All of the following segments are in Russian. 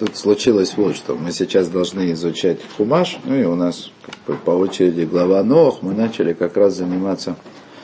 Тут случилось вот что. Мы сейчас должны изучать Хумаш, ну и у нас по очереди глава Ноах. Мы начали как раз заниматься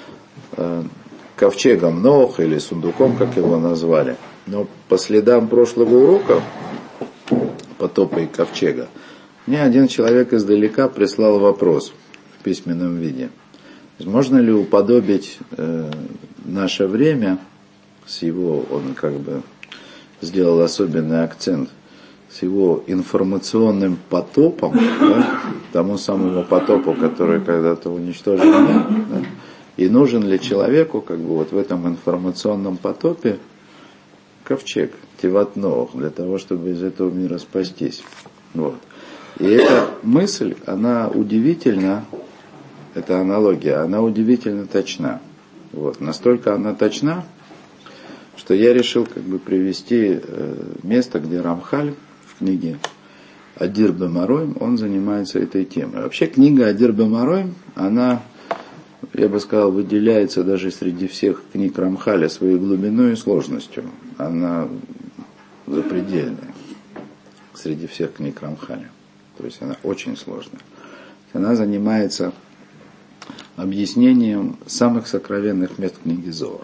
ковчегом Ноах или сундуком, как его назвали. Но по следам прошлого урока, потопа и ковчега, мне один человек издалека прислал вопрос в письменном виде. Можно ли уподобить наше время с его, он как бы сделал особенный акцент, с его информационным потопом, да, тому самому потопу, который когда-то уничтожил мир, да, и нужен ли человеку как бы вот в этом информационном потопе ковчег, Тиват Ноах, для того, чтобы из этого мира спастись. Вот. И эта мысль, она удивительно, эта аналогия, она удивительно точна. Вот. Настолько она точна, что я решил как бы привести место, где Рамхаль в книге Адир Бемароим, он занимается этой темой. Вообще книга Адир Бемароим, она, я бы сказал, выделяется даже среди всех книг Рамхаля своей глубиной и сложностью. Она запредельная среди всех книг Рамхаля. То есть она очень сложная. Она занимается объяснением самых сокровенных мест книги Зоар.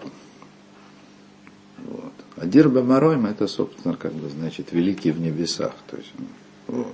Вот. Адир Бемароим это, собственно, как бы, значит, великий в небесах. То есть, вот.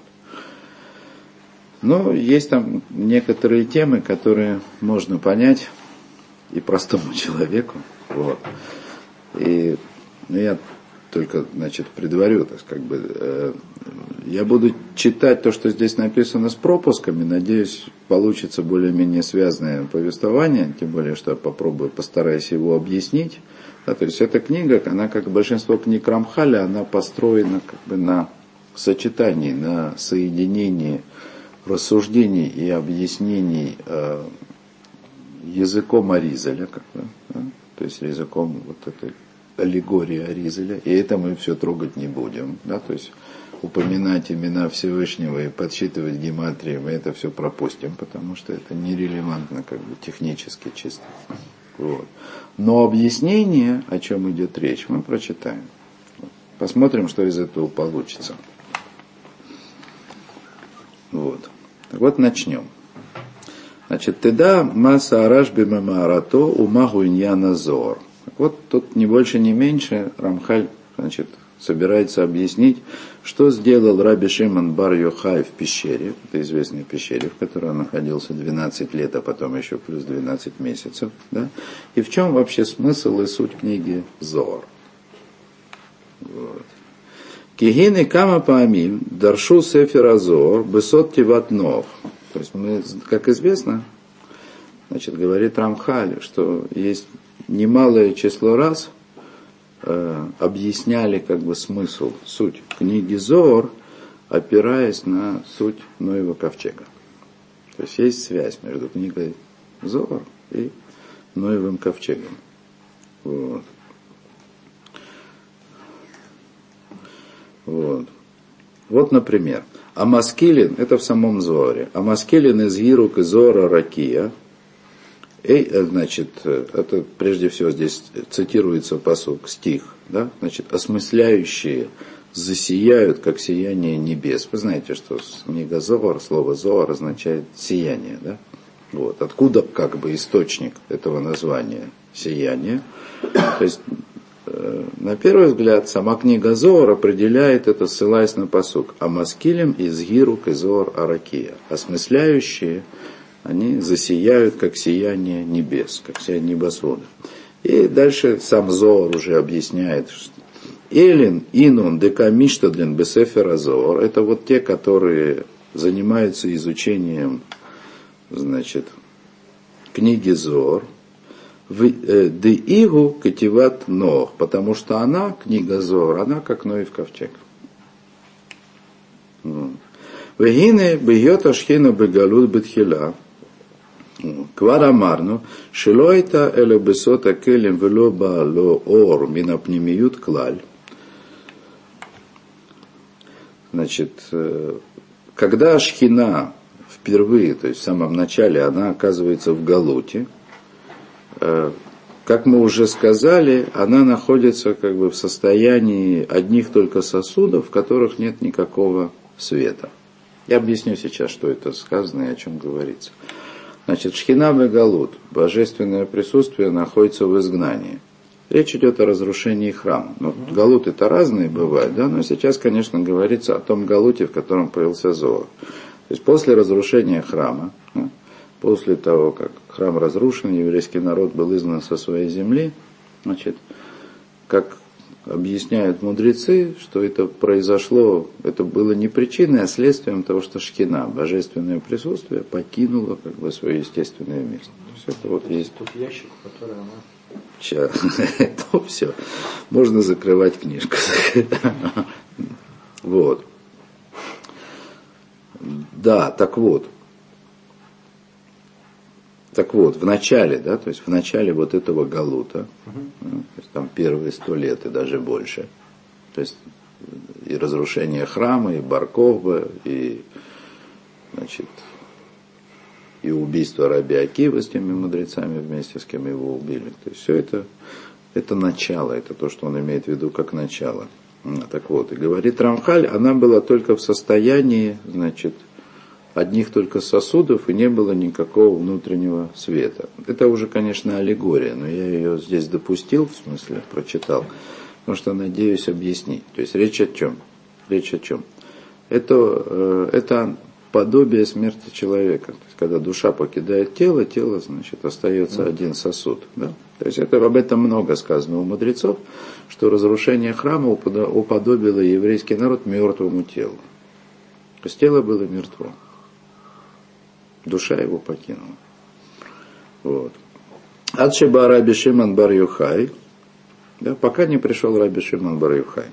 Но есть там некоторые темы, которые можно понять и простому человеку. Вот. И я только, значит, предварю, так как бы, я буду читать то, что здесь написано с пропусками. Надеюсь, получится более-менее связанное повествование, тем более, что я постараюсь его объяснить. Да, то есть эта книга, она, как большинство книг Рамхаля, она построена как бы на сочетании, на соединении рассуждений и объяснений языком Аризаля, как бы, да, то есть языком вот этой аллегории Аризаля, и это мы все трогать не будем, да, то есть упоминать имена Всевышнего и подсчитывать гематрии, мы это все пропустим, потому что это нерелевантно, как бы технически чисто. Вот. Но объяснение, о чем идет речь, мы прочитаем. Посмотрим, что из этого получится. Вот. Так вот, начнем. Значит, «Теда маса араш бимамаарато умагу иньяна зор». Так вот, тут не больше, не меньше Рамхаль, значит, собирается объяснить, что сделал Раби Шимон бар Йохай в пещере, это известной пещере, в которой он находился 12 лет, а потом еще плюс 12 месяцев, да? И в чем вообще смысл и суть книги Зоар. Вот. Кигины кама паамим даршу сефер Зоар бесот тиват Ноах. То есть мы, как известно, значит, говорит Рамхаль, что есть немалое число раз объясняли как бы смысл, суть книги Зоар, опираясь на суть Ноева ковчега. То есть есть связь между книгой Зоар и Ноевым ковчегом. Вот. Вот. Вот, например, Амаскилин, это в самом Зоаре, Амаскилин из Гирук и Зоара Ракия. Значит, это прежде всего здесь цитируется пасук, стих, да? Значит, осмысляющие засияют, как сияние небес. Вы знаете, что книга Зоар, слово Зоар означает сияние, да? Вот. Откуда как бы источник этого названия сияние? То есть, на первый взгляд, сама книга Зоар определяет это, ссылаясь на пасук. Амаскилим из Гирук и Зоар Аракия. Осмысляющие, они засияют, как сияние небес, как сияние небосвода. И дальше сам Зоар уже объясняет, что Элин, Инун, Декамиштадлин, Бесефера Зоар, это вот те, которые занимаются изучением, значит, книги Зоар, Деигу Кативат Ноах, потому что она, книга Зоар, она как Ноев ковчег. Вегине бьет ашхина бегалут бетхила. Квар амарну, шело это эле бесота келем вело баало ор минапнемиют клаль. Значит, когда Шхина впервые, то есть в самом начале, она оказывается в Галуте, как мы уже сказали, она находится как бы в состоянии одних только сосудов, в которых нет никакого света. Я объясню сейчас, что это сказано и о чем говорится. Значит, шхина бегалут, божественное присутствие, находится в изгнании. Речь идет о разрушении храма. Ну, галуты-то разные бывают, да, но сейчас, конечно, говорится о том галуте, в котором появился Зоар. То есть после разрушения храма, да, после того, как храм разрушен, еврейский народ был изгнан со своей земли, значит, как объясняют мудрецы, что это произошло, это было не причиной, а следствием того, что шхина, божественное присутствие, покинуло как бы свое естественное место. То есть это вот есть... Тут ящик, который она... Сейчас, это все. Можно закрывать книжку. Вот. Да, так вот, в начале, да, то есть в начале вот этого галута, то есть там первые 100 лет и даже больше, то есть и разрушение храма, и Бар-Кохба, и, значит, и убийство раби Акивы с теми мудрецами вместе, с кем его убили. То есть все это начало, это то, что он имеет в виду как начало. Так вот, и говорит Рамхаль, она была только в состоянии, значит, одних только сосудов, и не было никакого внутреннего света. Это уже, конечно, аллегория, но я ее здесь допустил, в смысле, прочитал, потому что надеюсь объяснить. То есть речь о чем? Это подобие смерти человека. То есть, когда душа покидает тело, значит, остается один сосуд. Да? То есть об этом много сказано у мудрецов, что разрушение храма уподобило еврейский народ мертвому телу. То есть тело было мертво. Душа его покинула. Вот. Адшиба Раби Шимон бар Йохай, да, пока не пришел Раби Шимон бар Йохай.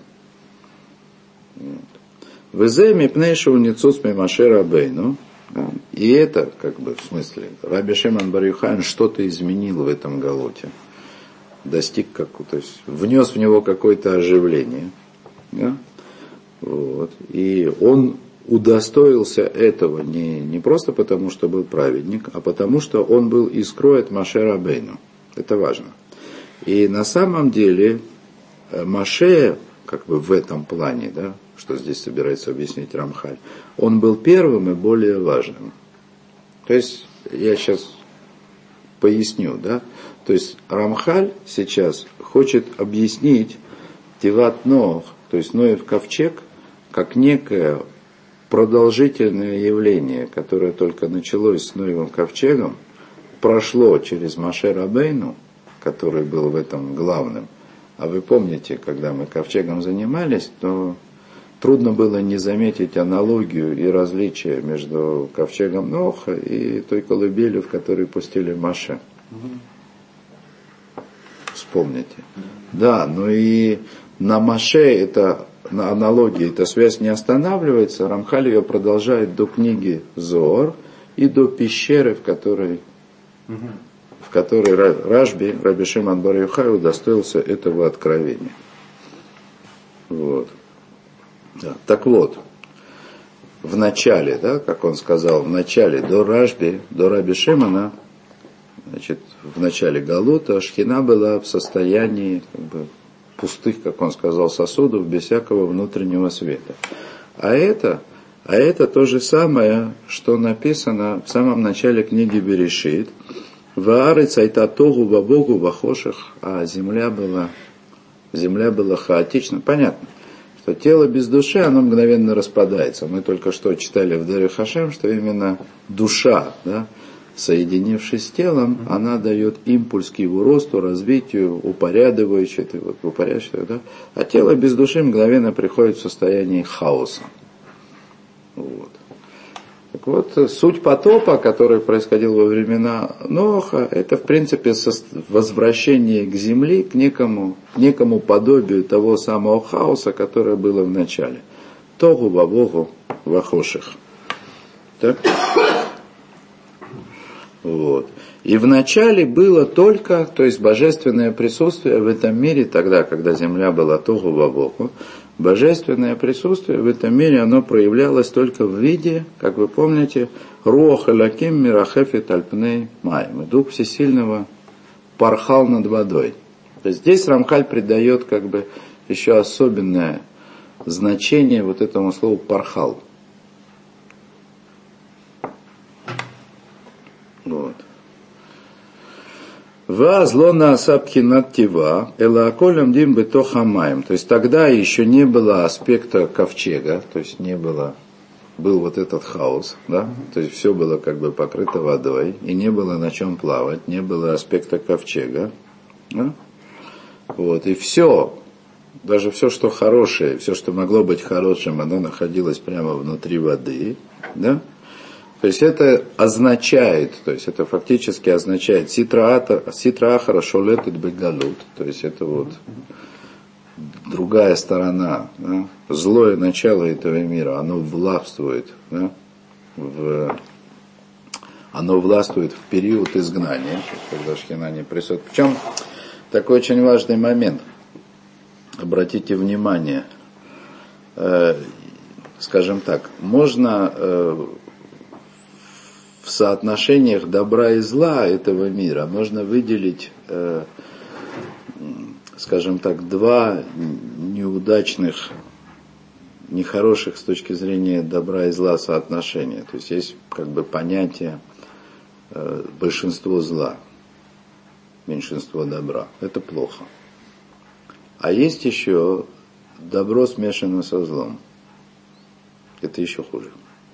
Везе мипнейши уницус мимаше рабейну. И это, как бы, в смысле, Раби Шимон бар Йохай что-то изменил в этом галуте. Достиг то есть внес в него какое-то оживление. Да? Вот. И он удостоился этого не просто потому, что был праведник, а потому, что он был искрой от Моше Рабейну. Это важно. И на самом деле Моше, как бы в этом плане, да, что здесь собирается объяснить Рамхаль, он был первым и более важным. То есть, я сейчас поясню, да, то есть Рамхаль сейчас хочет объяснить Тиват Ноах, то есть Ноев ковчег, как некое продолжительное явление, которое только началось с Ноевым ковчегом, прошло через Моше Рабейну, который был в этом главным. А вы помните, когда мы ковчегом занимались, то трудно было не заметить аналогию и различия между ковчегом Ноха и той колыбелью, в которой пустили Моше. Вспомните. Да, но и на Моше это на аналогии эта связь не останавливается, Рамхаль ее продолжает до книги Зоар и до пещеры, в которой Раби Шимон бар Йохай удостоился этого откровения. Вот. Да. Так вот, в начале, да, как он сказал, в начале до Раби Шимона, значит, в начале галута шхина была в состоянии как бы пустых, как он сказал, сосудов, без всякого внутреннего света. А это то же самое, что написано в самом начале книги Берешит. Ваарец айта тогу вабогу вахоших, а земля была хаотична. Понятно, что тело без души, оно мгновенно распадается. Мы только что читали в Даре Хашем, что именно душа, да, соединившись с телом, она дает импульс к его росту, развитию, упорядочивает, да? А тело без души мгновенно приходит в состояние хаоса. Вот. Так вот, суть потопа, который происходил во времена Ноаха, это в принципе возвращение к земле, к некому подобию того самого хаоса, которое было в начале. Тогу вавогу вахоших. Так? Вот. И вначале было только, то есть божественное присутствие в этом мире, тогда, когда земля была тогу вавогу, божественное присутствие в этом мире, оно проявлялось только в виде, как вы помните, руах элоким мирахефет альпней майм, дух всесильного порхал над водой. То есть здесь Рамхаль придает как бы еще особенное значение вот этому слову порхал. Вот. Вазлона асабхинат тива, элааколем дим бетохамаем. То есть тогда еще не было аспекта ковчега, то есть не было, был вот этот хаос, да, то есть все было как бы покрыто водой, и не было на чем плавать, не было аспекта ковчега, да? Вот, и все, даже все, что хорошее, все, что могло быть хорошим, оно находилось прямо внутри воды, да. То есть это означает, то есть это фактически означает ситра ахара шолетет бегалут, то есть это вот другая сторона, да? Злое начало этого мира, оно властвует, да? Оно властвует в период изгнания, когда Шхина не присутствует. Причем такой очень важный момент, обратите внимание, скажем так, можно в соотношениях добра и зла этого мира можно выделить, скажем так, два неудачных, нехороших с точки зрения добра и зла соотношения. То есть есть как бы понятие большинство зла, меньшинство добра. Это плохо. А есть еще добро смешано со злом. Это еще хуже.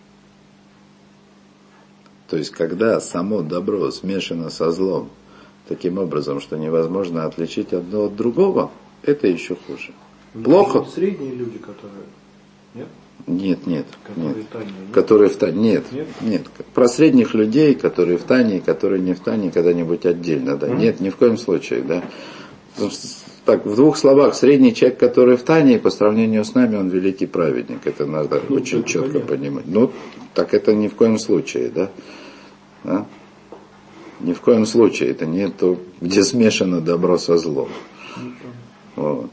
То есть, когда само добро смешано со злом, таким образом, что невозможно отличить одно от другого, это еще хуже. Плохо? Средние люди, которые... Нет? Нет. Которые в Тане? Которые в Тане. Нет. Про средних людей, которые в Тане, которые не в Тане, когда-нибудь отдельно. Да? Нет, ни в коем случае. Да? Так, в двух словах, средний человек, который в Тане, по сравнению с нами, он великий праведник. Это надо очень четко понимать. Ну, так это ни в коем случае, да? А? Ни в коем случае. Это не то, где смешано добро со злом. Вот.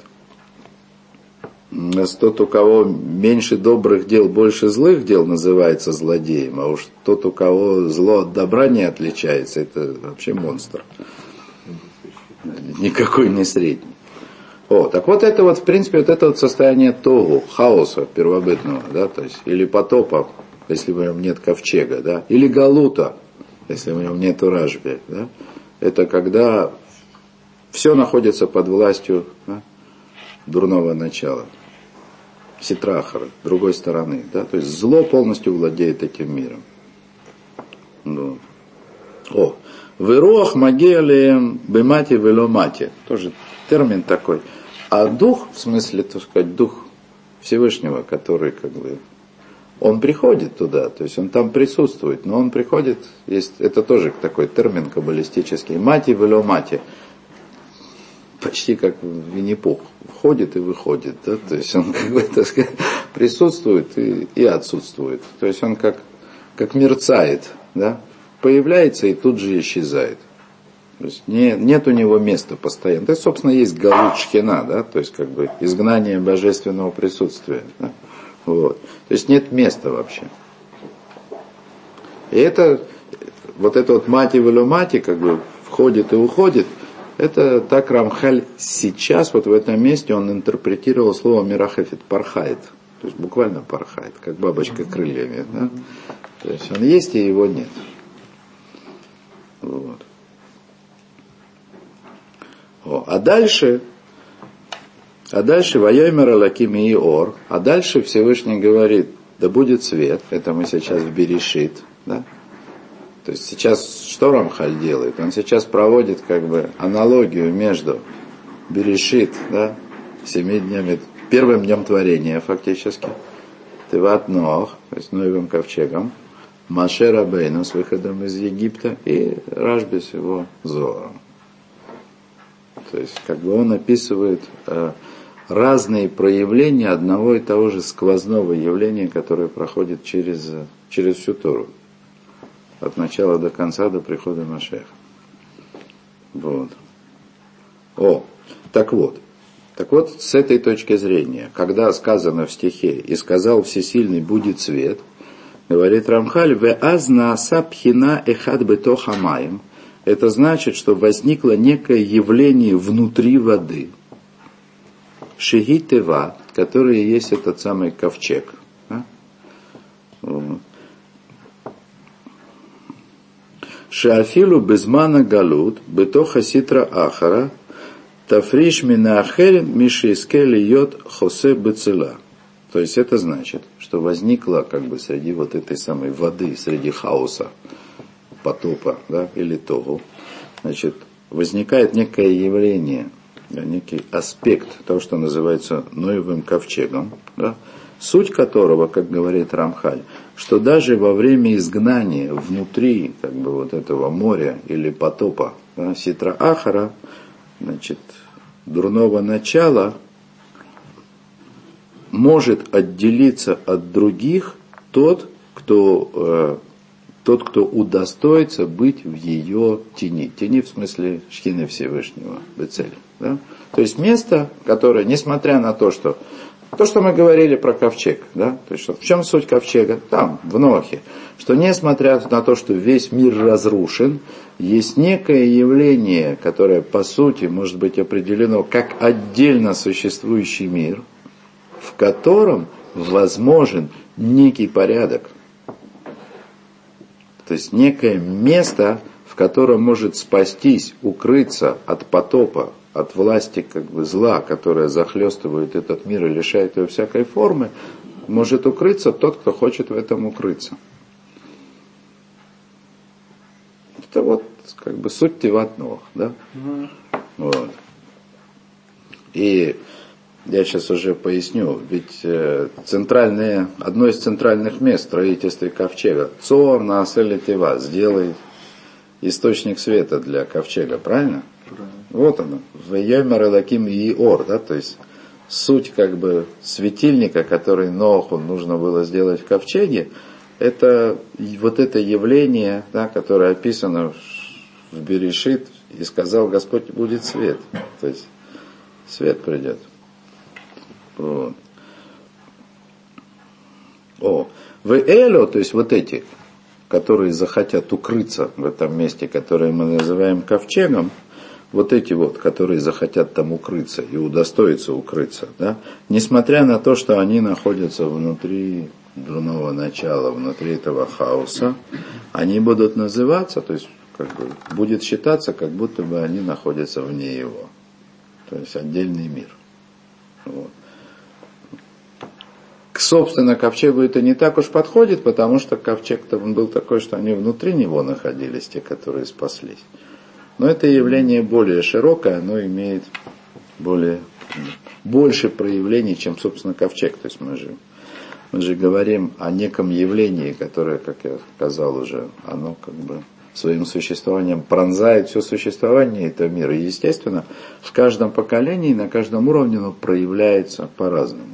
Тот, у кого меньше добрых дел, больше злых дел, называется злодеем. А уж тот, у кого зло от добра не отличается, это вообще монстр. Никакой не средний. Так вот это вот, в принципе, вот это вот состояние тогу, хаоса первобытного, да, то есть, или потопа, если в нем нет ковчега, да, или галута, если в нем нет ражби, да, это когда все находится под властью, да, дурного начала, ситрахара, другой стороны, да, то есть зло полностью владеет этим миром. Ну. Веруах магиалием бемати веломати, тоже термин такой. А дух, в смысле, так сказать, дух Всевышнего, который как бы, он приходит туда, то есть он там присутствует, но он приходит, есть, это тоже такой термин каббалистический, мати веломати, почти как Винни-Пух, входит и выходит, да, то есть он как бы, так сказать, присутствует и отсутствует, то есть он как мерцает, да, появляется и тут же исчезает. То есть нет у него места постоянно. Это, собственно, есть галут шхина, да, то есть как бы изгнание божественного присутствия. Да? Вот. То есть нет места вообще. И это вот мати веломати, как бы входит и уходит, это так Рамхаль сейчас, вот в этом месте, он интерпретировал слово мирахефет, порхает. То есть буквально порхает, как бабочка крыльями. Да? То есть он есть и его нет. Вот. А дальше Вайомер Алаким и Ор, а дальше Всевышний говорит, да будет свет, это мы сейчас в Берешит, да? То есть сейчас что Рамхаль делает? Он сейчас проводит как бы аналогию между Берешит, да, 7 днями, первым днем творения фактически, Теват Ноах, то есть Ноевым ковчегом, Моше Рабейну с выходом из Египта и Рашби с его Зоаром. То есть, как бы он описывает разные проявления одного и того же сквозного явления, которое проходит через всю Тору. От начала до конца, до прихода Машеха. Вот. Так вот, с этой точки зрения, когда сказано в стихе, и сказал Всесильный, будет свет, говорит Рамхаль, ве азна сабхина эхад бето хамаем, это значит, что возникло некое явление внутри воды. Шеги тева, который есть этот самый ковчег. Шаафилу безмана галут, бетоха ситра ахара, тафриш минаахерин мишискели йод хосе бецела. То есть это значит, что возникло как бы среди вот этой самой воды, среди хаоса, потопа, да, или тогу, значит, возникает некое явление, некий аспект того, что называется Ноевым ковчегом, да, суть которого, как говорит Рамхаль, что даже во время изгнания внутри как бы вот этого моря или потопа, да, ситра ахара, значит, дурного начала, может отделиться от других тот, кто удостоится быть в ее тени. Тени в смысле шхины Всевышнего, Бецель. Да? То есть место, которое, несмотря на то, что мы говорили про ковчег, да? То есть, в чем суть ковчега? Там, в Ноахе. Что несмотря на то, что весь мир разрушен, есть некое явление, которое по сути может быть определено как отдельно существующий мир, в котором возможен некий порядок. То есть некое место, в котором может спастись, укрыться от потопа, от власти как бы зла, которая захлестывает этот мир и лишает его всякой формы, может укрыться тот, кто хочет в этом укрыться. Это вот как бы суть Теват Ноах, да? Вот. И я сейчас уже поясню, ведь одно из центральных мест в строительстве ковчега, Цор Наасель Тева, сделай источник света для ковчега, правильно? Вот оно, Вейомер Элоким Иор, да, то есть суть как бы светильника, который Ноаху нужно было сделать в ковчеге, это вот это явление, да, которое описано в Берешит, и сказал Господь, будет свет, то есть свет придет. Вот. Эло, то есть вот эти, которые захотят укрыться в этом месте, которое мы называем ковчегом, вот эти вот, которые захотят там укрыться и удостоиться укрыться, да, несмотря на то, что они находятся внутри дурного начала, внутри этого хаоса, они будут называться, то есть как бы, будет считаться, как будто бы они находятся вне его, то есть отдельный мир. Вот. Собственно, ковчегу это не так уж подходит, потому что ковчег-то он был такой, что они внутри него находились, те, которые спаслись. Но это явление более широкое, оно имеет больше проявлений, чем, собственно, ковчег. То есть мы же говорим о неком явлении, которое, как я сказал уже, оно как бы своим существованием пронзает все существование этого мира. И, естественно, в каждом поколении, на каждом уровне оно проявляется по-разному.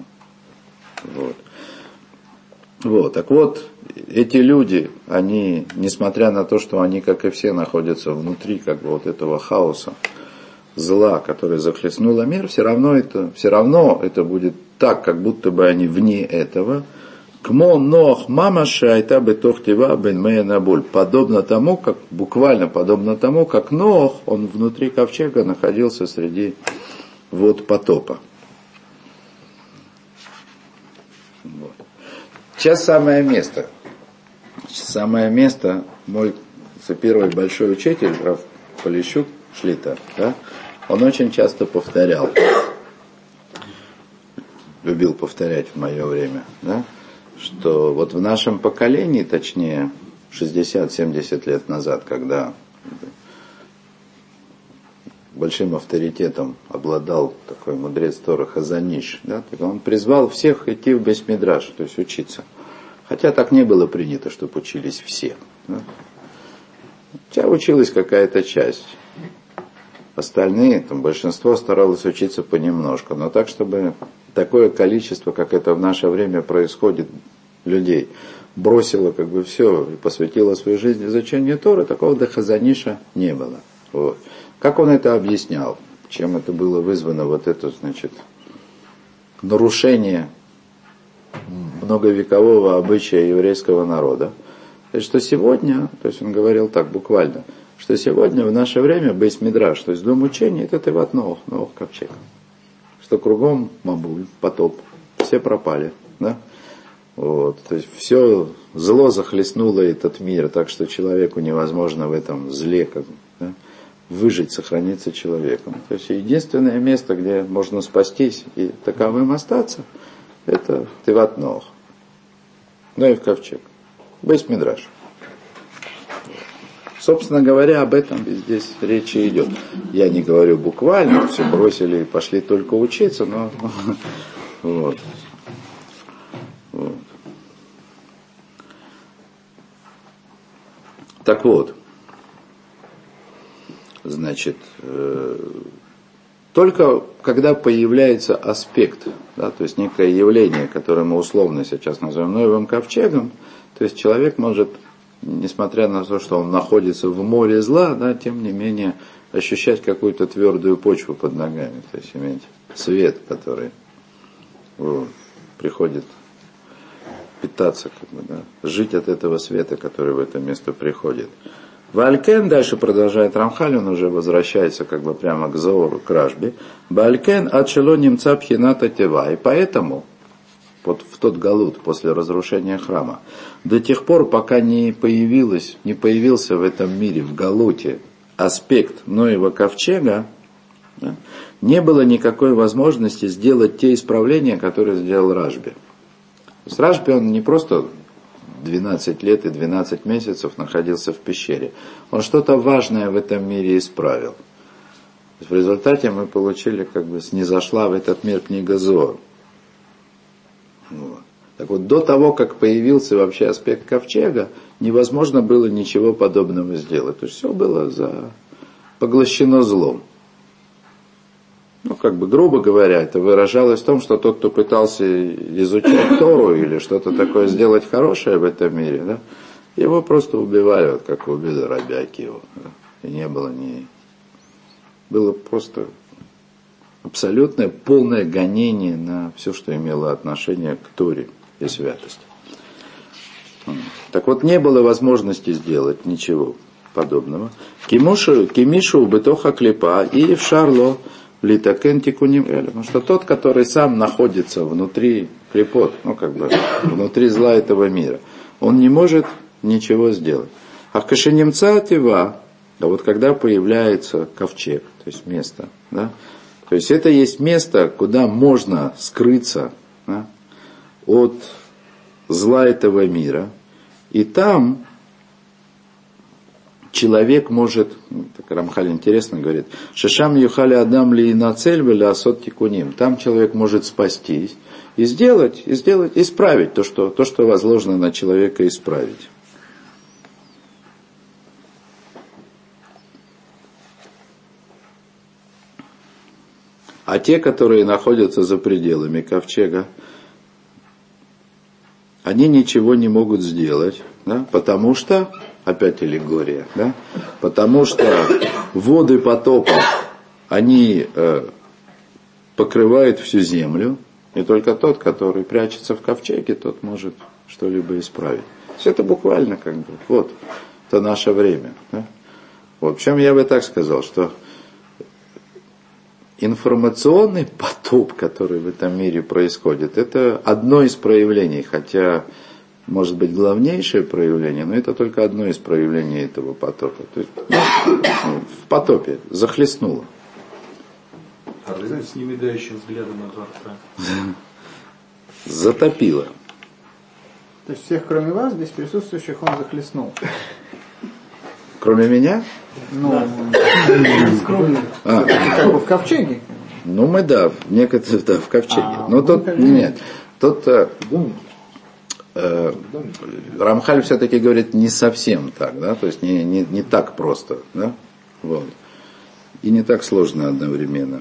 Вот. Так вот, эти люди, они, несмотря на то, что они, как и все, находятся внутри как бы вот этого хаоса, зла, которое захлестнуло мир, все равно это будет так, как будто бы они вне этого. Кмо Ноах мамаша айта бетох тева бен мея набуль. Буквально подобно тому, как Ноах, он внутри ковчега находился среди вод потопа. Вот. Сейчас самое место, мой первый большой учитель, Рав Полищук Шлита, да, он очень часто повторял, любил повторять в мое время, да, что вот в нашем поколении, точнее 60-70 лет назад, когда большим авторитетом обладал такой мудрец Тора Хазон Иш, да, он призвал всех идти в бейс-мидраш, то есть учиться. Хотя так не было принято, чтобы учились все. Да. Хотя училась какая-то часть. Остальные, большинство старалось учиться понемножку. Но так, чтобы такое количество, как это в наше время происходит, людей бросило как бы все и посвятило свою жизнь изучению Торы, такого до Хазон Иша не было. Вот. Как он это объяснял? Чем это было вызвано, вот это, значит, нарушение многовекового обычая еврейского народа? То есть, что сегодня, то есть он говорил так буквально, что сегодня в наше время бейс мидраш, то есть дом учения, это Теват Ноах, Ноах ковчег. Что кругом Мабуль, потоп, все пропали, да? Вот, то есть все зло захлестнуло этот мир, так что человеку невозможно в этом зле как бы, да, выжить, сохраниться человеком. То есть единственное место, где можно спастись и таковым остаться, это Теват Ноах. Ну и в ковчег. Бейс мидраш. Собственно говоря, об этом здесь речи идет. Я не говорю буквально, все бросили и пошли только учиться, но вот. Так вот, значит, только когда появляется аспект, да, то есть некое явление, которое мы условно сейчас называем Ноевым ковчегом, то есть человек может, несмотря на то, что он находится в море зла, да, тем не менее ощущать какую-то твердую почву под ногами, то есть иметь свет, который вот, приходит питаться, как бы, да, жить от этого света, который в это место приходит. Валькен, дальше продолжает Рамхаль, он уже возвращается как бы прямо к Зоору, к Рашби. Валькен отшело немца пхината тева. И поэтому, вот в тот галут после разрушения храма, до тех пор, пока не появился в этом мире, в галуте, аспект Ноева ковчега, да, не было никакой возможности сделать те исправления, которые сделал Рашби. То есть Рашби, он не просто 12 лет и 12 месяцев находился в пещере. Он что-то важное в этом мире исправил. В результате мы получили, как бы снизошла в этот мир книга Зоар. Вот. Так вот, до того, как появился вообще аспект ковчега, невозможно было ничего подобного сделать. То есть все было поглощено злом. Ну, как бы, грубо говоря, это выражалось в том, что тот, кто пытался изучать Тору или что-то такое сделать хорошее в этом мире, да, его просто убивали, вот как убили Раби Акиву. Да. И не было было просто абсолютное, полное гонение на все, что имело отношение к Торе и святости. Так вот, не было возможности сделать ничего подобного. Кимишу бетоха клипа и в шарло литакен тикуним эль. Потому что тот, который сам находится внутри клипот, ну как бы внутри зла этого мира, он не может ничего сделать. А кашенемца тива, а вот когда появляется ковчег, то есть место, да, то есть это есть место, куда можно скрыться, да, от зла этого мира, и там человек может, так Рамхаль интересно говорит, шешам юхали адам ли на цель вели асот тикуним. Там человек может спастись и исправить то, что возложено на человека исправить. А те, которые находятся за пределами ковчега, они ничего не могут сделать, да, потому что, опять аллегория, да, потому что воды потопа, они покрывают всю землю, и только тот, который прячется в ковчеге, тот может что-либо исправить. То есть это буквально как бы, вот, это наше время. Да? Вот, в чем я бы так сказал, что информационный потоп, который в этом мире происходит, это одно из проявлений, хотя, может быть, главнейшее проявление, но это только одно из проявлений этого потопа. То есть, в потопе захлестнуло. А вы знаете, с немигающим взглядом на Творца. Затопило. То есть всех, кроме вас, здесь присутствующих, он захлестнул. Кроме меня? Ну, кроме, как бы в ковчеге. Ну, мы, да, некоторые, да, в ковчеге. Но тут, нет, тут Рамхаль все-таки говорит не совсем так, да, то есть не так просто, да, вот. И не так сложно одновременно.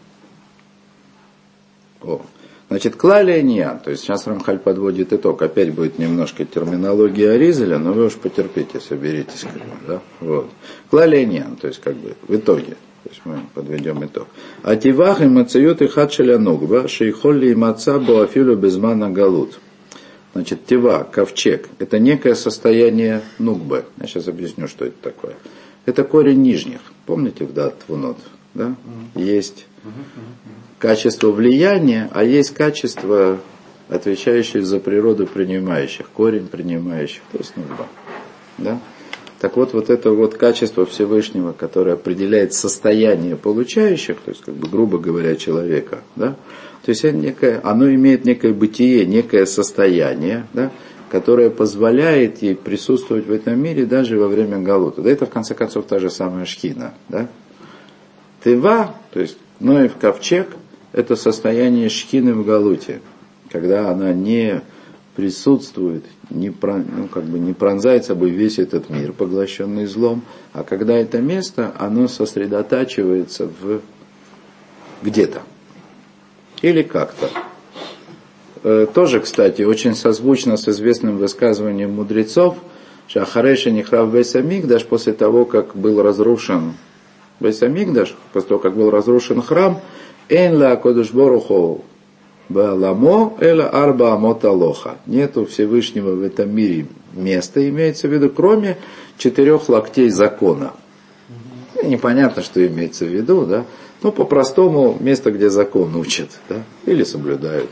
Значит, клалия ния, то есть сейчас Рамхаль подводит итог, опять будет немножко терминология Аризеля, но вы уж потерпите, соберитесь, как бы, да, вот. Клалия ния, то есть как бы в итоге, то есть мы подведем итог. Ативах и мацают и хадшеля нугба, шейхолли и маца буафилю безмана галут. Значит, тива, ковчег, это некое состояние нугбы. Я сейчас объясню, что это такое. это корень нижних. Помните в дат твунот? Да? Есть качество влияния, а есть качество, отвечающее за природу принимающих, корень принимающих, то есть нудба. Да? Так вот, вот это вот качество Всевышнего, которое определяет состояние получающих, то есть, как бы, грубо говоря, человека, да? То есть оно имеет некое бытие, некое состояние, да? Которое позволяет ей присутствовать в этом мире даже во время галута. Да это, в конце концов, та же самая шхина. Да? Тева, то есть Ноев ковчег, это состояние шхины в галуте, когда она не присутствует, не пронзает собой весь этот мир, поглощенный злом, а когда это место, оно сосредотачивается где-то или как-то. Тоже, кстати, очень созвучно с известным высказыванием мудрецов, Шахареша Нихрав Бейс Амикдаш, после того, как был разрушен Бейс Амикдаш, после того, как был разрушен храм, Эйн ла Кодуш Боруху Бааламо Эла Арба Амот Алоха. Нету Всевышнего в этом мире места, имеется в виду, кроме 4 локтей закона. Непонятно, что имеется в виду, да? Ну, по-простому, место, где закон учат, да? Или соблюдают.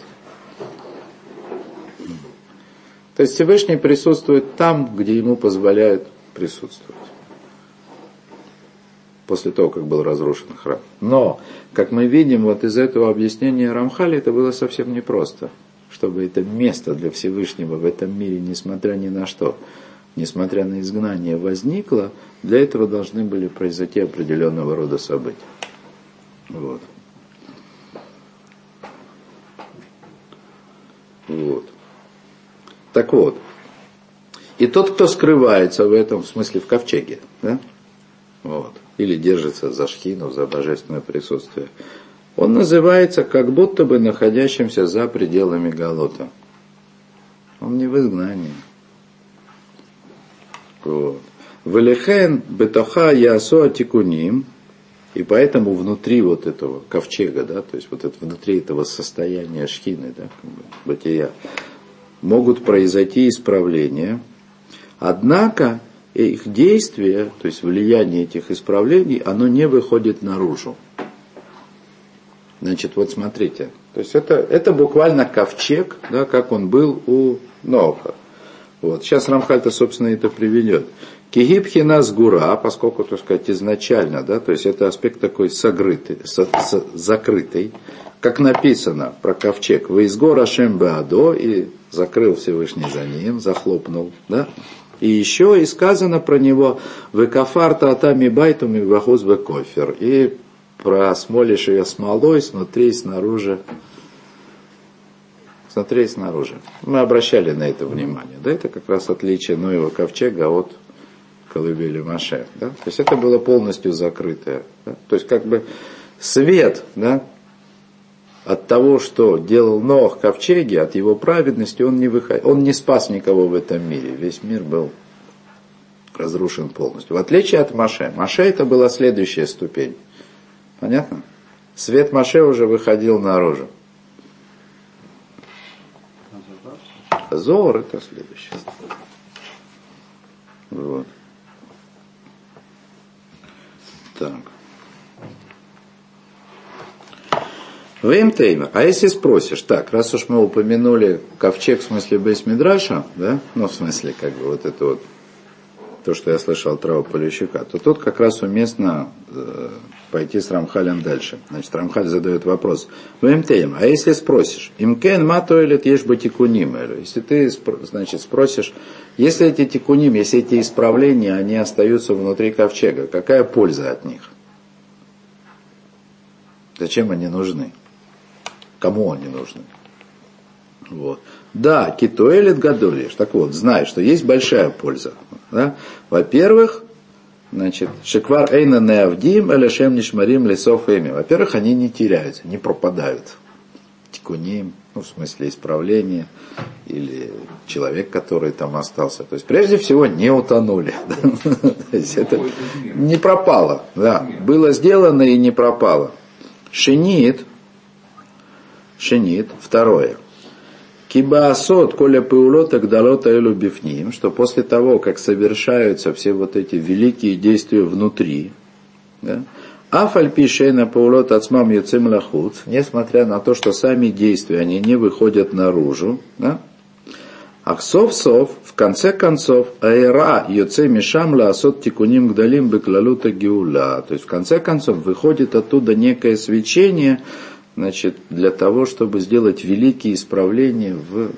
То есть Всевышний присутствует там, где ему позволяют присутствовать. После того, как был разрушен храм. Но, как мы видим, вот из этого объяснения Рамхали, это было совсем непросто. Чтобы это место для Всевышнего в этом мире, несмотря ни на что, несмотря на изгнание, возникло, для этого должны были произойти определенного рода события. Вот. Вот. Так вот, и тот, кто скрывается в этом, в смысле в ковчеге, да? Вот, или держится за шхину, за божественное присутствие, он называется как будто бы находящимся за пределами галута. Он не в изгнании. Вот. Велехен бетоха ясо тикуним, и поэтому внутри вот этого ковчега, да, то есть вот это, внутри этого состояния шхины, да, как бы, бытия, могут произойти исправления, однако их действие, то есть влияние этих исправлений, оно не выходит наружу. Значит, вот смотрите, то есть это буквально ковчег, да, как он был у Ноаха. Вот. Сейчас Рамхаль-то, собственно, это приведет. Кигибхина сгура, поскольку, так сказать, изначально, да, то есть это аспект такой закрытый, как написано про ковчег, «Ваизгор Ашем Беадо», и закрыл Всевышний за ним, захлопнул, да, и еще и сказано про него «Векафарта атами байтуми вахуз векофер», и просмолишь ее смолой снутри и снаружи. Смотри снаружи. Мы обращали на это внимание. Да, это как раз отличие Ноева ковчега от колыбели Моше. Да? То есть это было полностью закрытое. Да? То есть как бы свет, да, от того, что делал Ноах в ковчеге, от его праведности, он не спас никого в этом мире. Весь мир был разрушен полностью. В отличие от Моше. Моше это была следующая ступень. Понятно? Свет Моше уже выходил наружу. Зор это следующее. Вот. Так. Веймтейма. А если спросишь, так, раз уж мы упомянули ковчег в смысле Бейс Мидраша, да, ну в смысле как бы вот это вот, то, что я слышал от Рава Полищука, то тут как раз уместно пойти с Рамхалем дальше. Значит, Рамхаль задает вопрос. Веймтейма. А если спросишь, имкен матуэлет еш бы тикуним, если ты, значит, спросишь, если эти тикуним, если эти исправления, они остаются внутри ковчега, какая польза от них? Зачем они нужны? Кому они нужны? Вот. Да, китуэлит гадолиш. Так вот, знай, что есть большая польза. Да? Во-первых, значит, шеквар эйна неавдим элешем нишмарим лесов эми. Во-первых, они не теряются, не пропадают. Тикуним, ну, в смысле исправления, или человек, который там остался. То есть, прежде всего, не утонули. То есть, это не пропало. Да. Было сделано и не пропало. Шенит, второе. Кибаасот, коля пеулота гдалота элу бифним, что после того, как совершаются все вот эти великие действия внутри, да, афальпи шейна пеулот ацмам юцем лахут, несмотря на то, что сами действия, они не выходят наружу, да, ахсов-сов, в конце концов, аэра юце мишам лаасот тикуним гдалим беклалута геула, то есть в конце концов выходит оттуда некое свечение, значит, для того, чтобы сделать великие исправления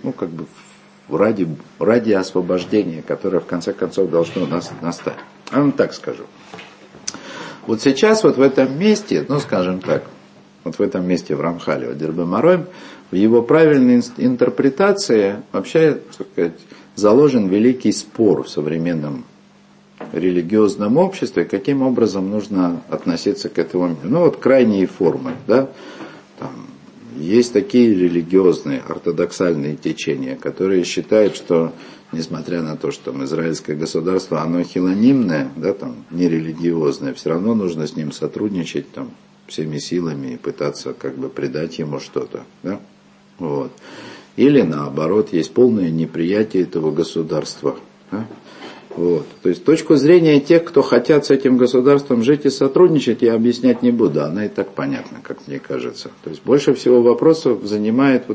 ради освобождения, которое в конце концов должно настать. Я вам так скажу. Вот сейчас вот в этом месте, скажем так, вот в этом месте в Рамхале, в Дирбе Моройм, в его правильной интерпретации вообще, так сказать, заложен великий спор в современном религиозном обществе, каким образом нужно относиться к этому миру. Крайние формы, да. Есть такие религиозные, ортодоксальные течения, которые считают, что, несмотря на то, что израильское государство, оно хилонимное, да, нерелигиозное, все равно нужно с ним сотрудничать всеми силами и пытаться придать ему что-то. Да? Вот. Или наоборот, есть полное неприятие этого государства. Да? Вот. То есть точку зрения тех, кто хотят с этим государством жить и сотрудничать, я объяснять не буду, она и так понятна, как мне кажется. То есть больше всего вопросов занимает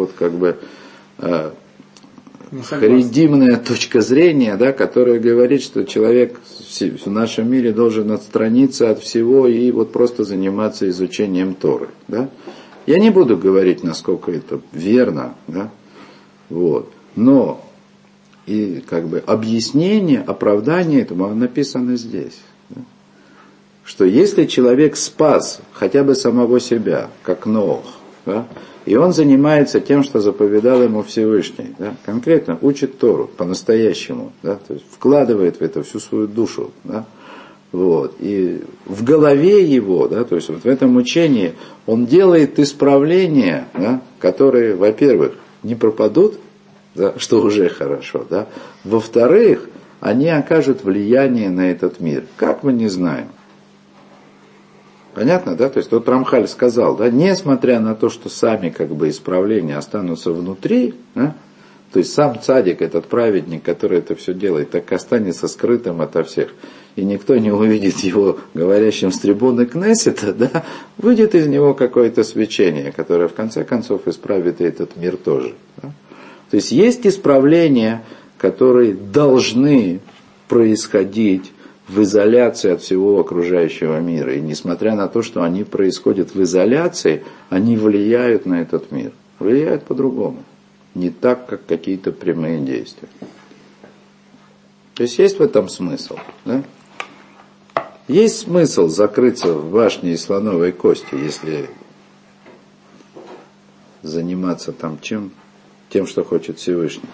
харидимная точка зрения, да, которая говорит, что человек в нашем мире должен отстраниться от всего и просто заниматься изучением Торы. Да? Я не буду говорить, насколько это верно, да? Вот. Но и объяснение, оправдание этому написано здесь. Да? Что если человек спас хотя бы самого себя, как Ноах, да, и он занимается тем, что заповедал ему Всевышний, да, конкретно учит Тору по-настоящему, да, то есть вкладывает в это всю свою душу, да, вот, и в голове его, да, то есть в этом учении он делает исправления, да, которые, во-первых, не пропадут, да, что уже хорошо, да. Во-вторых, они окажут влияние на этот мир. Как мы не знаем. Понятно, да? То есть Рамхаль сказал, да, несмотря на то, что сами исправления останутся внутри, да, то есть сам цадик, этот праведник, который это все делает, так останется скрытым ото всех. И никто не увидит его говорящим с трибуны Кнессета, да, выйдет из него какое-то свечение, которое в конце концов исправит и этот мир тоже. Да? То есть есть исправления, которые должны происходить в изоляции от всего окружающего мира. И несмотря на то, что они происходят в изоляции, они влияют на этот мир. Влияют по-другому. Не так, как какие-то прямые действия. То есть в этом смысл. Да? Есть смысл закрыться в башне из слоновой кости, если заниматься тем, что хочет Всевышний.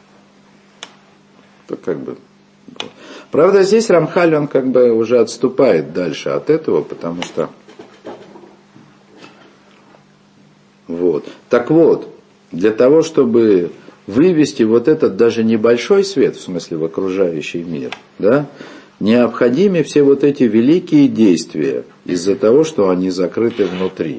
То Правда, здесь Рамхаль, он уже отступает дальше от этого, потому что... Вот. Так вот, для того, чтобы вывести этот даже небольшой свет, в смысле в окружающий мир, да, необходимы все эти великие действия из-за того, что они закрыты внутри.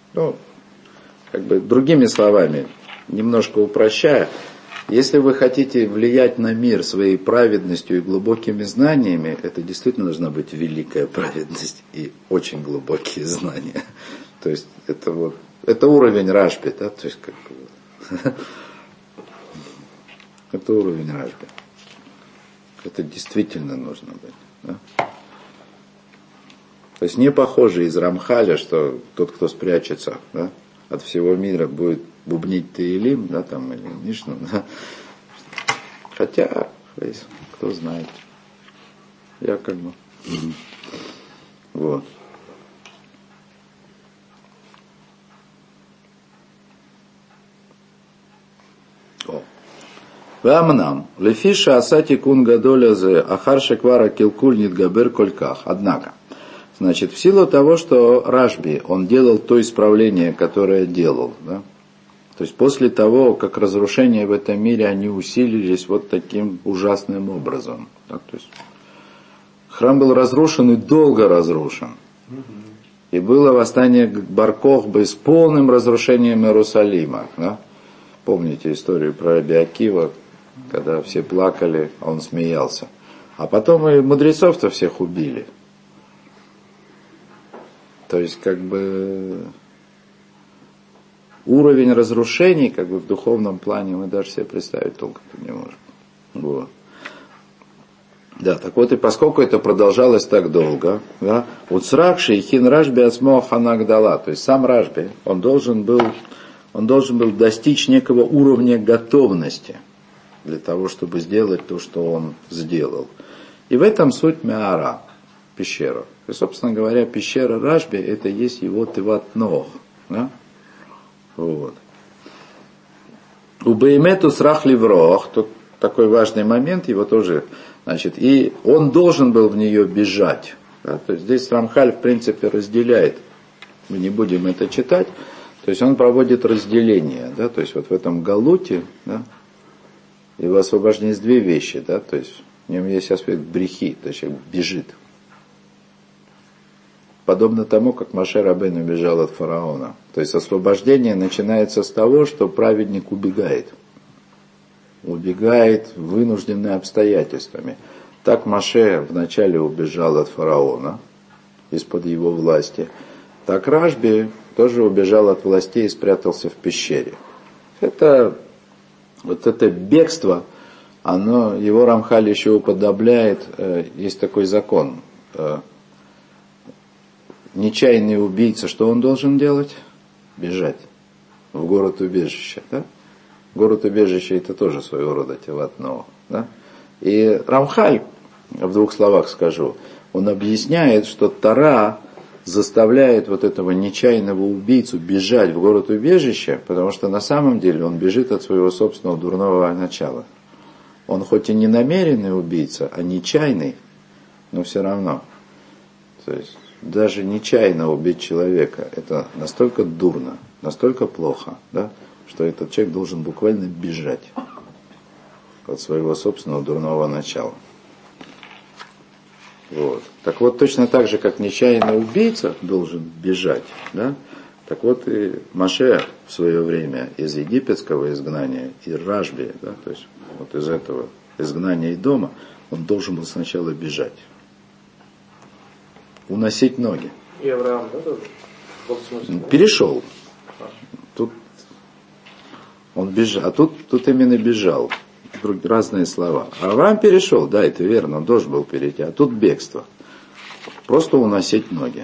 Другими словами, немножко упрощая, если вы хотите влиять на мир своей праведностью и глубокими знаниями, это действительно должна быть великая праведность и очень глубокие знания. То есть это уровень Рашби, да, то есть это уровень Рашби. Это действительно нужно быть. Да? То есть не похоже из Рамхаля, что тот, кто спрячется, да, от всего мира, будет бубнить Теилим, да, или Мишну, да. Хотя, кто знает. Я вот. Вамнам, лефиша асати кун гадоля зе, ахарша квара килкуль нидгабер кольках. Однако, значит, в силу того, что Рашби, он делал то исправление, которое делал, да, то есть после того, как разрушения в этом мире, они усилились таким ужасным образом. Да, то есть храм был разрушен и долго разрушен. И было восстание Бар-Кохбы с полным разрушением Иерусалима. Да. помните историю про Раби Акива, когда все плакали, а он смеялся. А потом и мудрецов-то всех убили. То есть, как бы, уровень разрушений, как бы, в духовном плане мы даже себе представить толком не можем. Вот. Да, так вот, и поскольку это продолжалось так долго, да, Уцрак шейхин Рашби ацмо ханагдала, то есть сам Рашби, он должен был достичь некого уровня готовности для того, чтобы сделать то, что он сделал. И в этом суть Меара, пещера. И, собственно говоря, пещера Рашби, это есть его Теват Нох. Да? Вот. У Беймету срах ливрох, тут такой важный момент, его тоже, значит, и он должен был в нее бежать. Да? То есть здесь Рамхаль, в принципе, разделяет, мы не будем это читать, то есть он проводит разделение, да? То есть вот в этом галуте, да, его освобождение есть две вещи, да? То есть в нем есть аспект брехи, то есть человек бежит. Подобно тому, как Моше Рабейну бежал от фараона. То есть освобождение начинается с того, что праведник убегает. Убегает вынужденными обстоятельствами. Так Моше вначале убежал от фараона, из-под его власти. Так Рашби тоже убежал от властей и спрятался в пещере. Вот это бегство, его Рамхаль еще уподобляет, есть такой закон. Нечаянный убийца, что он должен делать? Бежать в город-убежище. Да? Город-убежище это тоже своего рода Теват Нох. Да? И Рамхаль, в двух словах скажу, он объясняет, что Тора заставляет вот этого нечаянного убийцу бежать в город-убежище, потому что на самом деле он бежит от своего собственного дурного начала. Он хоть и не намеренный убийца, а нечаянный, но все равно. То есть даже нечаянно убить человека, это настолько дурно, настолько плохо, да, что этот человек должен буквально бежать от своего собственного дурного начала. Вот. Так вот, точно так же, как нечаянный убийца должен бежать, да, так вот и Моше в свое время из египетского изгнания, и Рашби, да, то есть вот из этого изгнания и дома, он должен был сначала бежать. Уносить ноги. И Авраам, да, тоже? Перешел. Тут он бежал, а тут именно бежал. Разные слова. Авраам перешел, да, это верно, он должен был перейти, а тут бегство. Просто уносить ноги.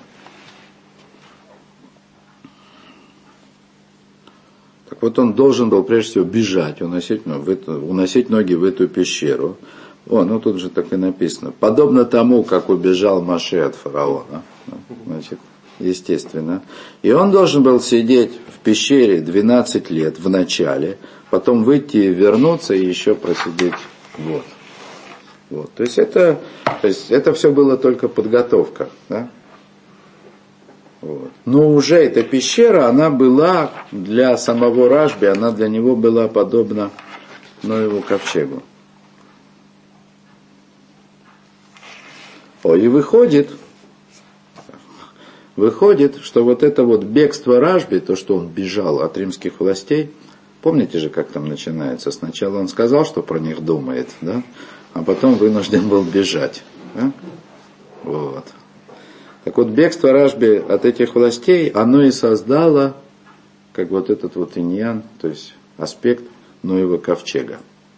Так вот он должен был прежде всего бежать, уносить ноги в эту пещеру. Тут же так и написано. Подобно тому, как убежал Моше от фараона. Значит, естественно. И он должен был сидеть в пещере 12 лет в начале, потом выйти и вернуться и еще просидеть год. Вот. То есть это все было только подготовка. Да? Вот. Но уже эта пещера, она была для самого Рашби, она для него была подобна Ноеву ковчегу. И выходит, что вот это вот бегство Рашби, то, что он бежал от римских властей, помните же, как там начинается? Сначала он сказал, что про них думает, да? А потом вынужден был бежать. Да? Вот. Так вот, бегство Рашби от этих властей, оно и создало, как вот этот вот иньян, то есть аспект Ноева ковчега.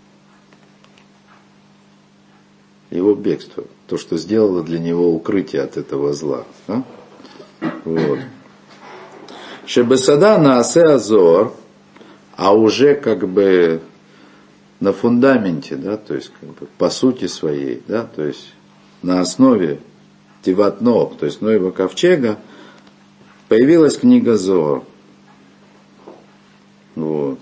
Его бегство, то, что сделало для него укрытие от этого зла. Да? Вот. Шебесада на асе азор, а уже как бы на фундаменте, да, то есть как бы по сути своей, да, то есть на основе Теват Нох, то есть Ноева ковчега, появилась книга Зоар. Вот.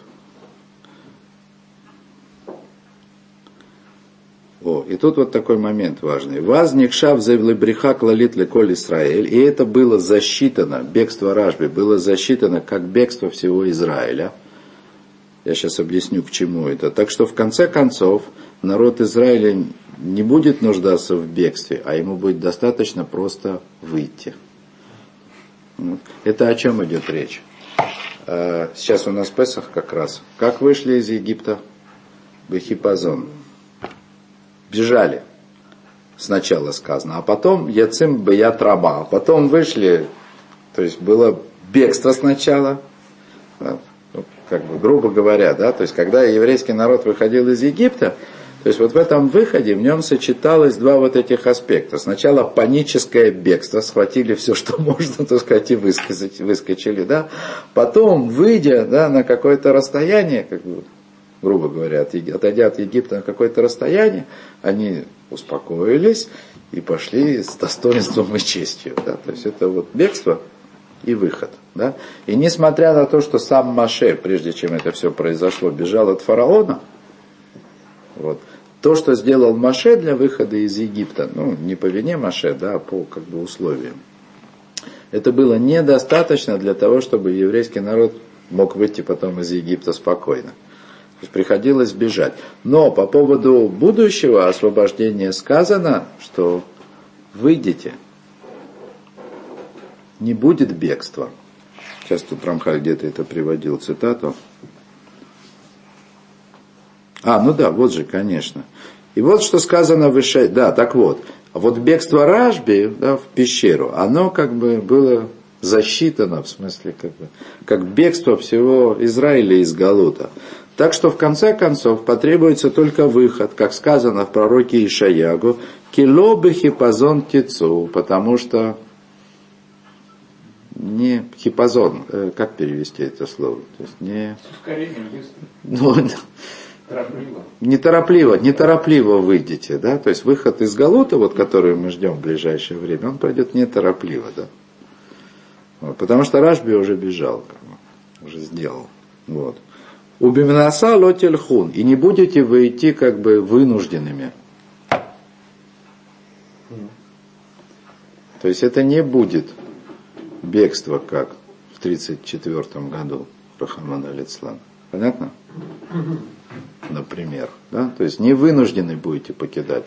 И тут вот такой момент важный. Вазник шав зевлы бреха клалит леколь Исраэль. И это было засчитано, бегство Рашби было засчитано как бегство всего Израиля. Я сейчас объясню, к чему это. Так что в конце концов народ Израиля не будет нуждаться в бегстве, а ему будет достаточно просто выйти. Это о чем идет речь? Сейчас у нас Песах как раз. Как вышли из Египта? Бехипазон. Бежали. Сначала сказано. А потом Яцим Беят Раба. А потом вышли. То есть было бегство сначала. Как бы, грубо говоря, да, то есть когда еврейский народ выходил из Египта, то есть вот в этом выходе в нем сочеталось два вот этих аспекта. Сначала паническое бегство, схватили все, что можно, так сказать, и выскочили, да. Потом, выйдя, да, на какое-то расстояние, как бы, грубо говоря, отойдя от Египта на какое-то расстояние, они успокоились и пошли с достоинством и честью, да. То есть это вот бегство и выход, да. И несмотря на то, что сам Моше, прежде чем это все произошло, бежал от фараона, вот, то, что сделал Моше для выхода из Египта, ну, не по вине Моше, да, а по, как бы, условиям, это было недостаточно для того, чтобы еврейский народ мог выйти потом из Египта спокойно. То есть приходилось бежать. Но по поводу будущего освобождения сказано, что выйдите. Не будет бегства. Сейчас тут Рамхаль где-то это приводил цитату. Ну да, вот же, конечно. И вот что сказано выше. Да, так вот. Вот бегство Рашби, да, в пещеру, оно как бы было засчитано, в смысле, как бегство всего Израиля из Галута. Так что в конце концов потребуется только выход, как сказано в пророке Ишаягу, «Кило бехипазон тицу», потому что не хипазон, как перевести это слово? То есть не... Неторопливо выйдете, да? То есть выход из Галута, вот, который мы ждем в ближайшее время, он пройдет неторопливо, да? Вот, потому что Рашби уже бежал, уже сделал. Вот. Убимнаса лотельхун, и не будете вы идти как бы вынужденными. То есть это не будет бегство, как в 1934 году Рахаман аль-Ицлан. Понятно? Например. Да? То есть не вынуждены будете покидать.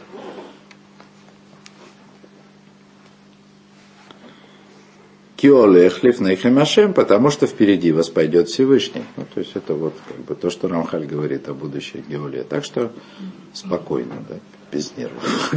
Киолехлиф нейхемашем, потому что впереди вас пойдет Всевышний. Ну, то есть это вот как бы то, что Рамхаль говорит о будущей Геоле. Так что спокойно, да, без нервов.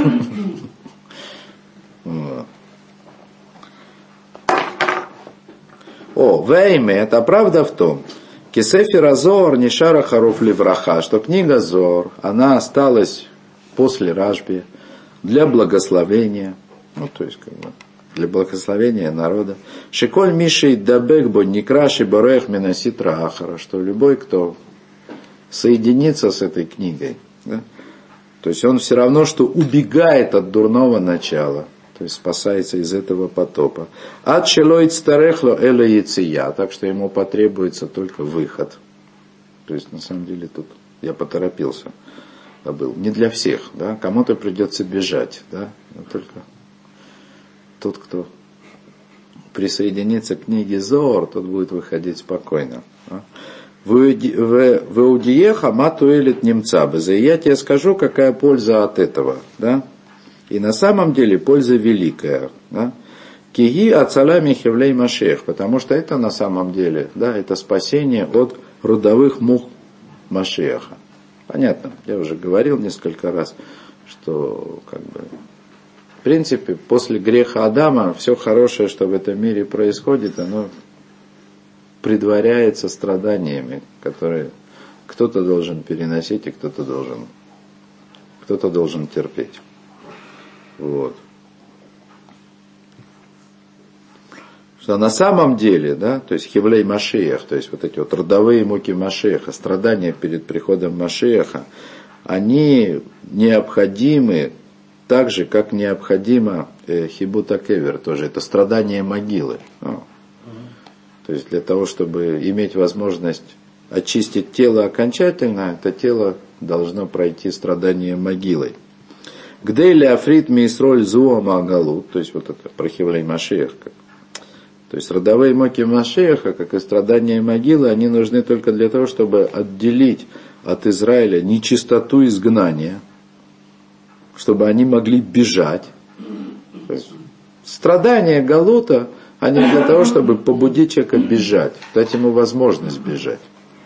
Вейме, это правда в том, Кисефер Зор Нишара Харуф Левраха, что книга Зор, она осталась после Рашби для благословения, ну то есть как бы для благословения народа. Шиколь Миши Дабекбо Некраши Борех Минаситра Ахара, что любой, кто соединится с этой книгой, да, то есть он все равно, что убегает от дурного начала. То есть спасается из этого потопа. Ад шелоид старехло эла яция, так что ему потребуется только выход. То есть на самом деле тут я поторопился. Забыл. Не для всех, да? Кому-то придется бежать, да? Но только тот, кто присоединится к книге Зоор, тот будет выходить спокойно. В Иудиеха матуэлит немца беза. И я тебе скажу, какая польза от этого, да? И на самом деле польза великая. Да? Киги ацалями хевлей Машех, потому что это на самом деле, да, это спасение от родовых мух Машеха. Понятно, я уже говорил несколько раз, что как бы, в принципе после греха Адама все хорошее, что в этом мире происходит, оно предваряется страданиями, которые кто-то должен переносить и кто-то должен терпеть. Вот. Что на самом деле, да, то есть Хевлей Машиах, то есть вот эти вот родовые муки Машиаха, страдания перед приходом Машиаха, они необходимы так же, как необходимо Хибута Кевер, тоже это страдание могилы. Ну, то есть для того, чтобы иметь возможность очистить тело окончательно, это тело должно пройти страдание могилой. Гдейли Африт Мисроль Зуама Агалут, то есть вот это про Хевлей Машиах. То есть родовые муки Машиаха, как и страдания могилы, они нужны только для того, чтобы отделить от Израиля нечистоту изгнания, чтобы они могли бежать. То есть страдания Галута, а не для того, чтобы побудить человека бежать, дать ему возможность бежать.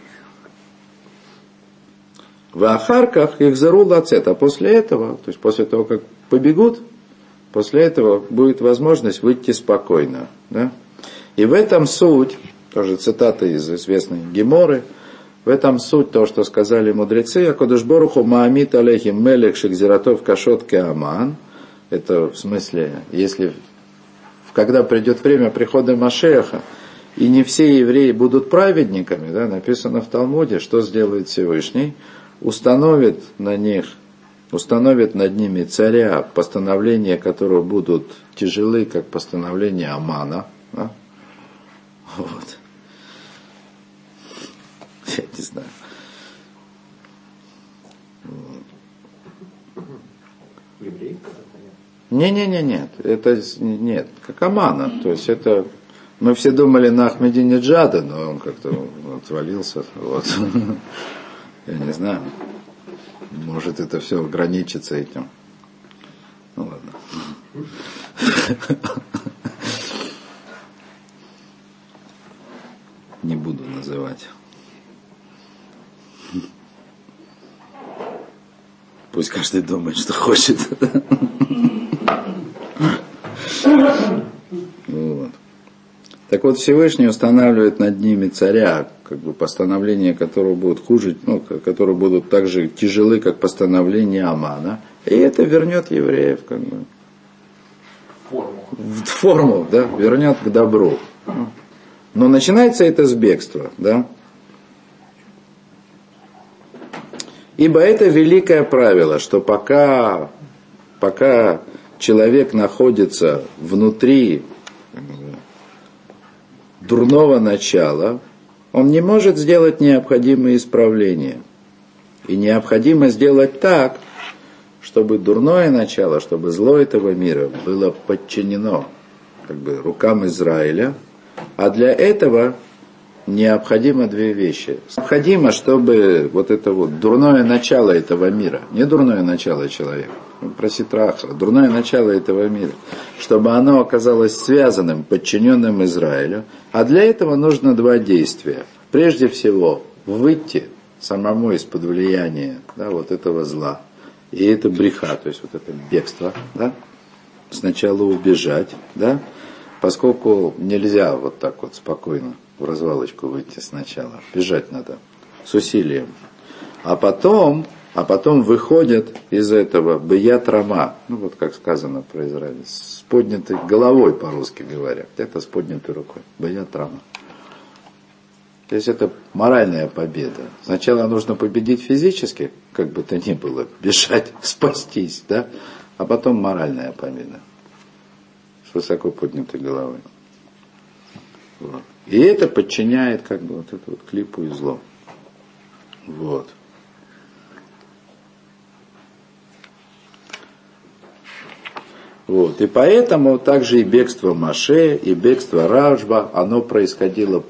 В Ахарках их зару лацет, а после этого, то есть после того, как побегут, после этого будет возможность выйти спокойно. Да? И в этом суть, тоже цитата из известной Геморы, в этом суть то, что сказали мудрецы, «Акодыш Боруху маамит алейхим мелех шекзиратов кашот кеаман». Это в смысле, если, когда придет время прихода Машеха, и не все евреи будут праведниками, да, написано в Талмуде, что сделает Всевышний, установит над ними царя, постановления которого будут тяжелы, как постановление Амана. Да? Вот. Я не знаю. Нет, это нет, как Амана. То есть это мы все думали на Ахмединеджада, но он как-то отвалился. Вот. Я не знаю. Может, это все ограничится этим. Ну ладно. Не буду называть. Пусть каждый думает, что хочет. Вот. Так вот, Всевышний устанавливает над ними царя, как бы постановления которого будут хуже, которые будут так же тяжелы, как постановление Амана. И это вернет евреев как бы в форму, да, вернет к добру. Но начинается это с бегства, да. Ибо это великое правило, что пока человек находится внутри дурного начала, он не может сделать необходимые исправления. И необходимо сделать так, чтобы дурное начало, чтобы зло этого мира было подчинено как бы рукам Израиля. А для этого необходимо две вещи. Необходимо, чтобы вот это вот дурное начало этого мира, не дурное начало человека, про Ситраха, дурное начало этого мира, чтобы оно оказалось связанным, подчиненным Израилю. А для этого нужно два действия. Прежде всего, выйти самому из-под влияния, да, вот этого зла. И это бреха, то есть вот это бегство, да? Сначала убежать, да? Поскольку нельзя вот так вот спокойно в развалочку выйти сначала. Бежать надо с усилием. А потом выходят из этого бьят рама. Ну вот как сказано про Израиль. С поднятой головой, по-русски говоря. Это с поднятой рукой. Бьят рама. То есть это моральная победа. Сначала нужно победить физически, как бы то ни было, бежать, спастись, да? А потом моральная победа. С высоко поднятой головой. Вот. И это подчиняет как бы вот эту вот клипу и зло. Вот. Вот. И поэтому также и бегство Моше, и бегство Ражба, оно происходило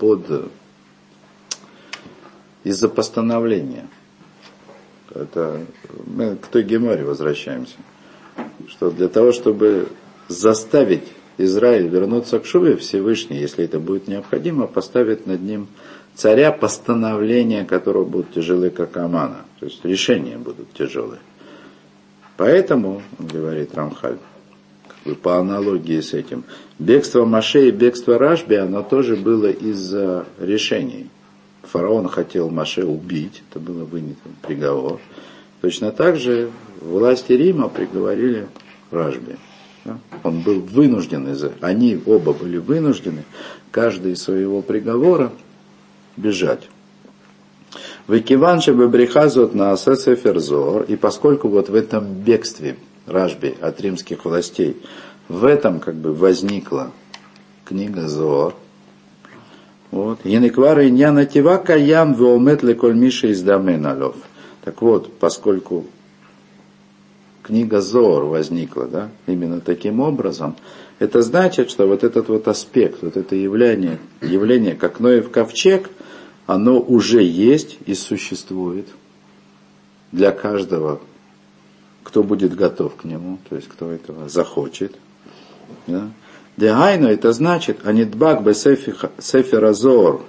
из-за постановления. Это мы к той Геморе возвращаемся. Что для того, чтобы заставить Израиль вернуться к Шуве, Всевышний, если это будет необходимо, поставит над ним царя, постановления которого будут тяжелы, как Амана. То есть решения будут тяжелые. Поэтому, говорит Рамхаль, как бы по аналогии с этим, бегство Моше и бегство Рашби, оно тоже было из-за решений. Фараон хотел Моше убить, это было вынято приговор. Точно так же власти Рима приговорили Рашби. Он был вынужден, они оба были вынуждены, каждый из своего приговора, бежать. Векиванше бебрехазот на асэсэферзор, и поскольку вот в этом бегстве Рашби от римских властей, в этом как бы возникла книга Зоар. Вот. Янеквара иньяна тива каям веомет леколь миша из даменалов. Так вот, поскольку книга Зоар возникла, да, именно таким образом, это значит, что вот этот вот аспект, вот это явление как Ноев ковчег, оно уже есть и существует для каждого, кто будет готов к нему, то есть кто этого захочет. Да. Дегайну, это значит, анидбак бе сефер Зоор.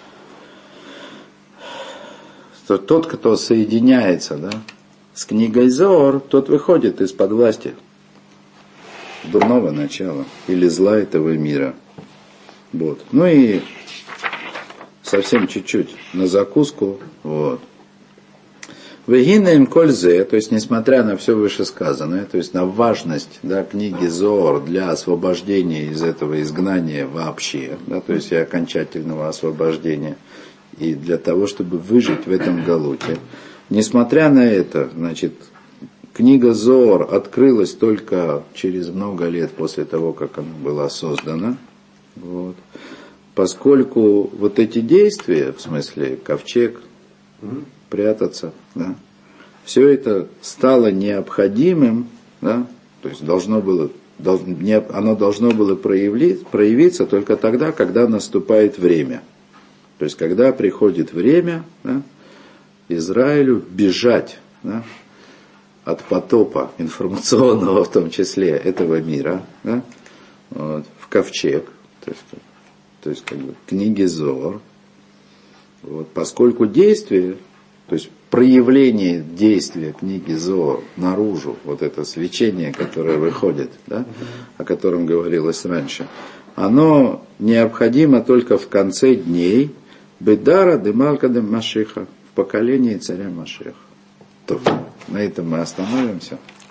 Тот, кто соединяется, да, с книгой Зоор, тот выходит из-под власти дурного начала или зла этого мира. Вот. Ну и совсем чуть-чуть на закуску. Вот. Вегинаем кользе, то есть несмотря на все вышесказанное, то есть на важность, да, книги Зоор для освобождения из этого изгнания вообще, да, то есть и окончательного освобождения, и для того, чтобы выжить в этом галуте. Несмотря на это, значит, книга Зоор открылась только через много лет после того, как она была создана. Вот. Поскольку вот эти действия, в смысле ковчег, прятаться, да, все это стало необходимым, да, то есть оно должно было проявиться только тогда, когда наступает время. То есть когда приходит время, да, Израилю бежать, да, от потопа информационного, в том числе этого мира, да, вот, в ковчег, то есть как бы книги Зоор. Вот, поскольку действие, то есть проявление действия книги Зоор наружу, вот это свечение, которое выходит, да, о котором говорилось раньше, оно необходимо только в конце дней Бедара Демалка де Машиха, в поколении царя Машиха. То, на этом мы остановимся.